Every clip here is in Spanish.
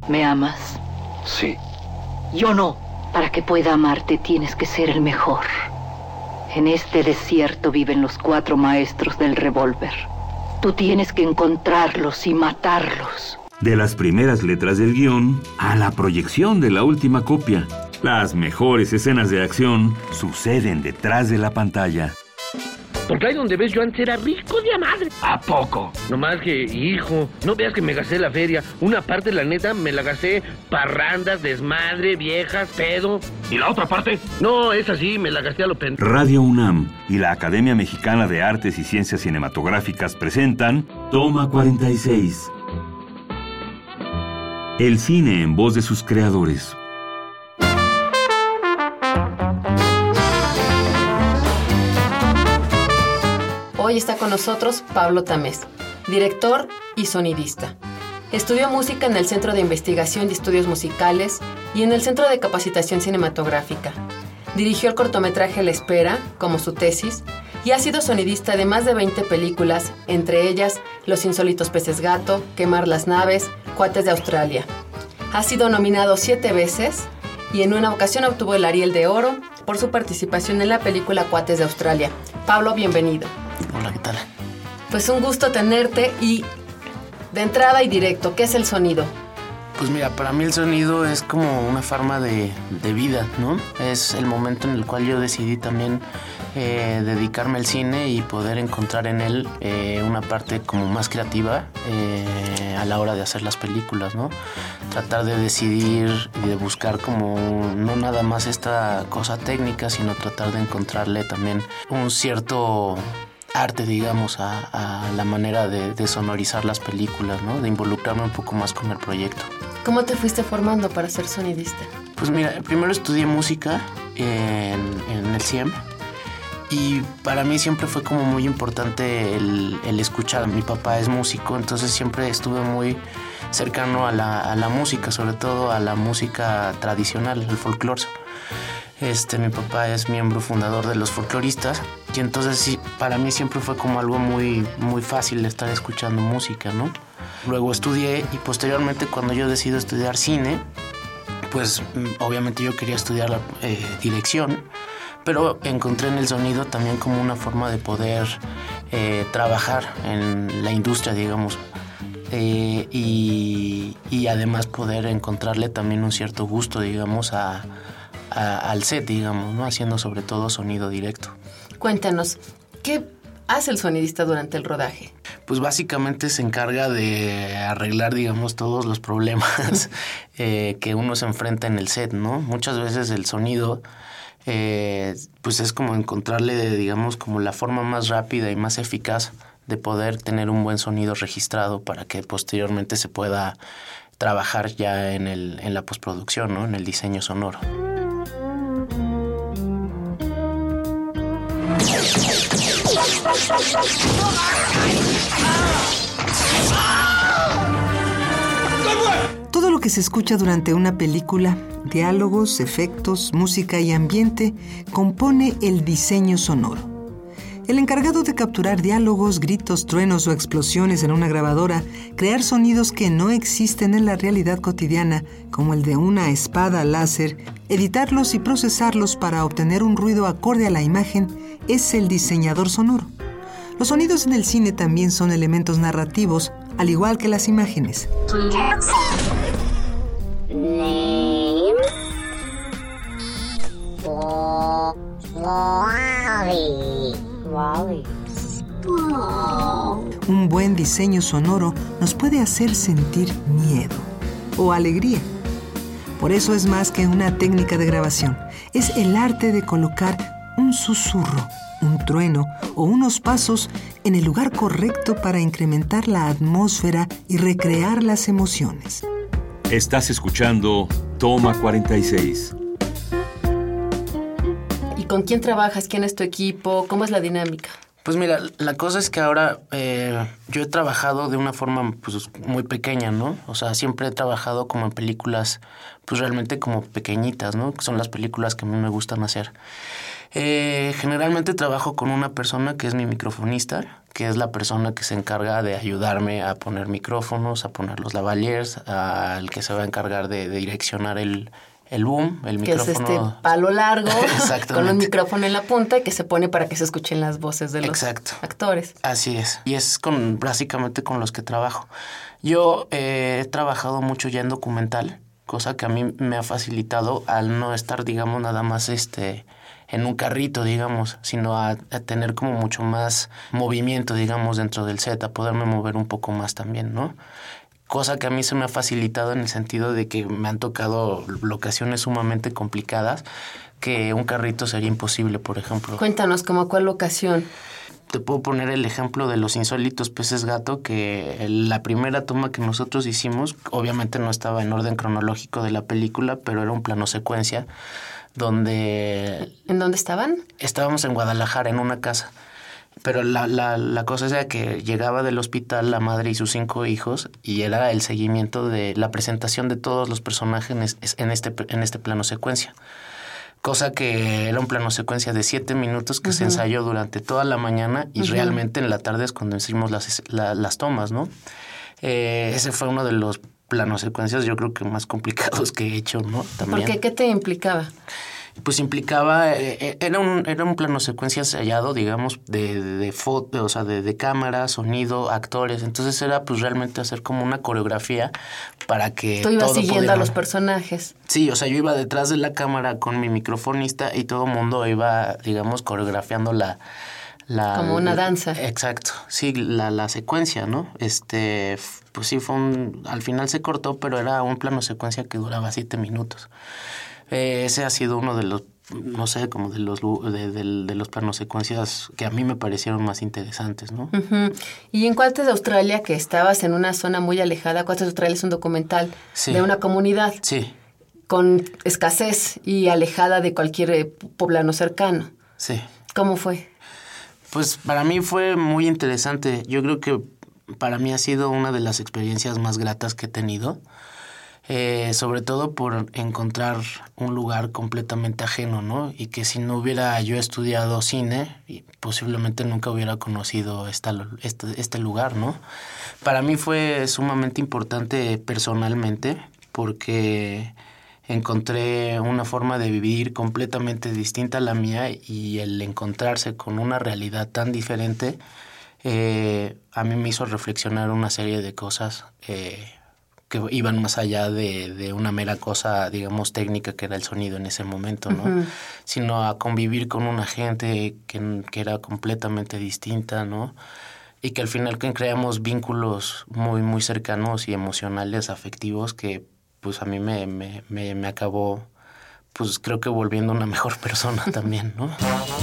¿Me amas? Sí. Yo no. Para que pueda amarte tienes que ser el mejor. En este desierto viven los 4 maestros del revólver. Tú tienes que encontrarlos y matarlos. De las primeras letras del guión a la proyección de la última copia, las mejores escenas de acción suceden detrás de la pantalla. Porque ahí donde ves yo antes era rico de a madre. ¿A poco? Nomás que, hijo, no veas que me gasté la feria. Una parte, la neta, me la gasté parrandas, desmadre, viejas, pedo. ¿Y la otra parte? No, esa sí, me la gasté a lo pendejo. Radio UNAM y la Academia Mexicana de Artes y Ciencias Cinematográficas presentan Toma 46. El cine en voz de sus creadores. Hoy está con nosotros Pablo Tamés, director y sonidista. Estudió música en el Centro de Investigación y Estudios Musicales y en el Centro de Capacitación Cinematográfica. Dirigió el cortometraje La Espera, como su tesis, y ha sido sonidista de más de 20 películas, entre ellas Los insólitos peces gato, Quemar las naves, Cuates de Australia. Ha sido nominado 7 veces y en una ocasión obtuvo el Ariel de Oro por su participación en la película Cuates de Australia. Pablo, bienvenido. Hola, ¿qué tal? Pues un gusto tenerte y de entrada y directo, ¿qué es el sonido? Pues mira, para mí el sonido es como una forma de vida, ¿no? Es el momento en el cual yo decidí también dedicarme al cine y poder encontrar en él una parte como más creativa a la hora de hacer las películas, ¿no? Tratar de decidir y de buscar como no nada más esta cosa técnica, sino tratar de encontrarle también un cierto arte, digamos, a la manera de sonorizar las películas, ¿no? De involucrarme un poco más con el proyecto. ¿Cómo te fuiste formando para ser sonidista? Pues mira, primero estudié música en el CIEM y para mí siempre fue como muy importante el escuchar. Mi papá es músico, entonces siempre estuve muy cercano a la música, sobre todo a la música tradicional, el folclore. Mi papá es miembro fundador de los folcloristas y entonces sí, para mí siempre fue como algo muy, muy fácil estar escuchando música, ¿no? Luego estudié y posteriormente cuando yo decido estudiar cine, pues obviamente yo quería estudiar la dirección, pero encontré en el sonido también como una forma de poder trabajar en la industria, digamos, y además poder encontrarle también un cierto gusto, digamos, al set, digamos, ¿no? Haciendo sobre todo sonido directo. Cuéntanos, ¿qué hace el sonidista durante el rodaje? Pues básicamente se encarga de arreglar, digamos, todos los problemas que uno se enfrenta en el set, ¿no? Muchas veces el sonido, pues es como encontrarle, digamos, como la forma más rápida y más eficaz de poder tener un buen sonido registrado para que posteriormente se pueda trabajar ya en la postproducción, ¿no? En el diseño sonoro. Todo lo que se escucha durante una película, diálogos, efectos, música y ambiente, compone el diseño sonoro. El encargado de capturar diálogos, gritos, truenos o explosiones en una grabadora, crear sonidos que no existen en la realidad cotidiana, como el de una espada láser, editarlos y procesarlos para obtener un ruido acorde a la imagen, es el diseñador sonoro. Los sonidos en el cine también son elementos narrativos, al igual que las imágenes. Un buen diseño sonoro nos puede hacer sentir miedo o alegría. Por eso es más que una técnica de grabación. Es el arte de colocar un susurro, un trueno o unos pasos en el lugar correcto para incrementar la atmósfera y recrear las emociones. Estás escuchando Toma 46. ¿Y con quién trabajas? ¿Quién es tu equipo? ¿Cómo es la dinámica? Pues mira, la cosa es que ahora yo he trabajado de una forma pues muy pequeña, ¿no? O sea, siempre he trabajado como en películas pues realmente como pequeñitas, ¿no? Que son las películas que a mí me gustan hacer. Generalmente trabajo con una persona que es mi microfonista, que es la persona que se encarga de ayudarme a poner micrófonos, a poner los lavaliers, al que se va a encargar de direccionar el boom, el que micrófono. Que es este palo largo con un micrófono en la punta y que se pone para que se escuchen las voces de los actores. Así es. Y es básicamente con los que trabajo. Yo he trabajado mucho ya en documental, cosa que a mí me ha facilitado al no estar, digamos, nada más en un carrito, digamos, sino a tener como mucho más movimiento, digamos, dentro del set, a poderme mover un poco más también, ¿no? Cosa que a mí se me ha facilitado en el sentido de que me han tocado locaciones sumamente complicadas que un carrito sería imposible, por ejemplo. Cuéntanos, ¿cómo cuál locación? Te puedo poner el ejemplo de los insólitos peces gato, que la primera toma que nosotros hicimos, obviamente no estaba en orden cronológico de la película, pero era un plano secuencia donde... ¿En dónde estaban? Estábamos en Guadalajara, en una casa. Pero la cosa es que llegaba del hospital la madre y sus 5 hijos y era el seguimiento de la presentación de todos los personajes en este plano secuencia. Cosa que era un plano secuencia de 7 minutos que se ensayó durante toda la mañana y realmente en la tarde es cuando hicimos las tomas, ¿no? Ese fue uno de los planos secuencias yo creo que más complicados que he hecho, ¿no? También. ¿Por qué? ¿Qué te implicaba? Pues implicaba, era un plano secuencia ensayado, digamos, de foto, o sea, de cámara, sonido, actores. Entonces era pues realmente hacer como una coreografía para que tú ibas todo siguiendo pudiera... a los personajes. Sí, o sea, yo iba detrás de la cámara con mi microfonista y todo el mundo iba, digamos, coreografiando como una danza. Exacto, sí, la secuencia, ¿no? Pues sí, al final se cortó, pero era un plano secuencia que duraba 7 minutos. Ese ha sido uno de los, no sé, como de los planos secuencias que a mí me parecieron más interesantes, ¿no? ¿Y en Cuartos de Australia, que estabas en una zona muy alejada? Cuartos de Australia es un documental de una comunidad con escasez y alejada de cualquier poblano cercano. Sí. ¿Cómo fue? Pues para mí fue muy interesante. Yo creo que para mí ha sido una de las experiencias más gratas que he tenido. Sobre todo por encontrar un lugar completamente ajeno, ¿no? Y que si no hubiera yo estudiado cine, posiblemente nunca hubiera conocido este lugar, ¿no? Para mí fue sumamente importante personalmente porque encontré una forma de vivir completamente distinta a la mía y el encontrarse con una realidad tan diferente a mí me hizo reflexionar una serie de cosas que iban más allá de una mera cosa, digamos, técnica que era el sonido en ese momento, ¿no? Sino a convivir con una gente que era completamente distinta, ¿no? Y que al final creamos vínculos muy, muy cercanos y emocionales, afectivos, que pues a mí me acabó, pues creo que volviendo una mejor persona también, ¿no?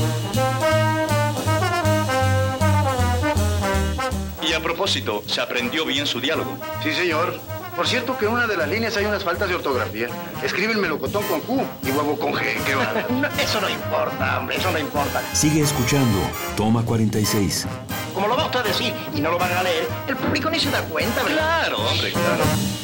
Y a propósito, ¿se aprendió bien su diálogo? Sí, señor. Por cierto que en una de las líneas hay unas faltas de ortografía. Escribe el melocotón con Q y huevo con G. ¿Qué va? No, eso no importa, hombre, eso no importa. Sigue escuchando Toma 46. Como lo va usted a decir y no lo van a leer, el público ni se da cuenta, ¿verdad? Claro, hombre, claro.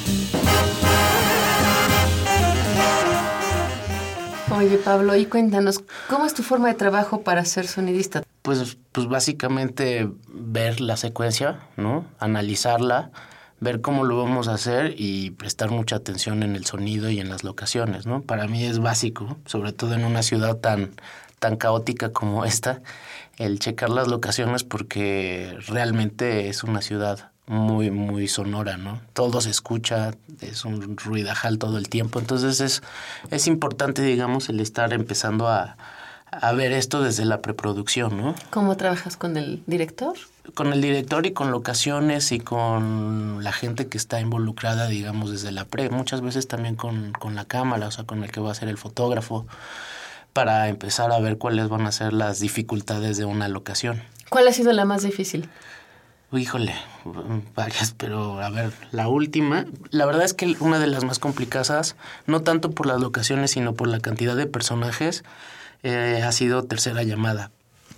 Oye, Pablo, y cuéntanos, ¿cómo es tu forma de trabajo para ser sonidista? Pues básicamente ver la secuencia, ¿no? Analizarla, ver cómo lo vamos a hacer y prestar mucha atención en el sonido y en las locaciones, ¿no? Para mí es básico, sobre todo en una ciudad tan caótica como esta, el checar las locaciones porque realmente es una ciudad muy, muy sonora, ¿no? Todo se escucha, es un ruidajal todo el tiempo, entonces es importante, digamos, el estar empezando a ver esto desde la preproducción, ¿no? ¿Cómo trabajas con el director? Con el director y con locaciones y con la gente que está involucrada, digamos, desde la muchas veces también con la cámara, o sea, con el que va a ser el fotógrafo, para empezar a ver cuáles van a ser las dificultades de una locación. ¿Cuál ha sido la más difícil? Híjole, varias, pero a ver, la última, la verdad es que una de las más complicadas, no tanto por las locaciones, sino por la cantidad de personajes, ha sido Tercera Llamada.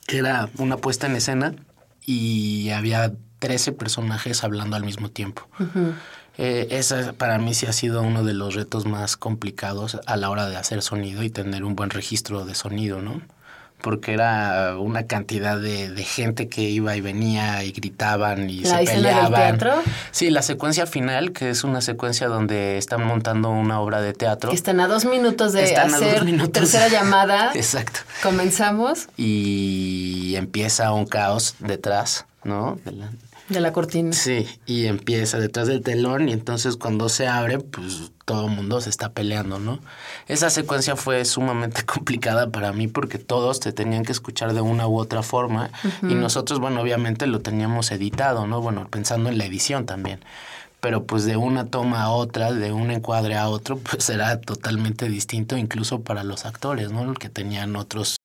que era una puesta en escena y había 13 personajes hablando al mismo tiempo. Esa para mí sí ha sido uno de los retos más complicados a la hora de hacer sonido y tener un buen registro de sonido, ¿no? Porque era una cantidad de gente que iba y venía y gritaban y se peleaban. ¿La del teatro? Sí, la secuencia final, que es una secuencia donde están montando una obra de teatro. Que están a 2 minutos de hacer tercera llamada. Exacto. Comenzamos. Y empieza un caos detrás, ¿no? De la cortina. Sí, y empieza detrás del telón y entonces cuando se abre, pues todo el mundo se está peleando, ¿no? Esa secuencia fue sumamente complicada para mí porque todos te tenían que escuchar de una u otra forma y nosotros, bueno, obviamente lo teníamos editado, ¿no? Bueno, pensando en la edición también. Pero pues de una toma a otra, de un encuadre a otro, pues era totalmente distinto incluso para los actores, ¿no? Que tenían otros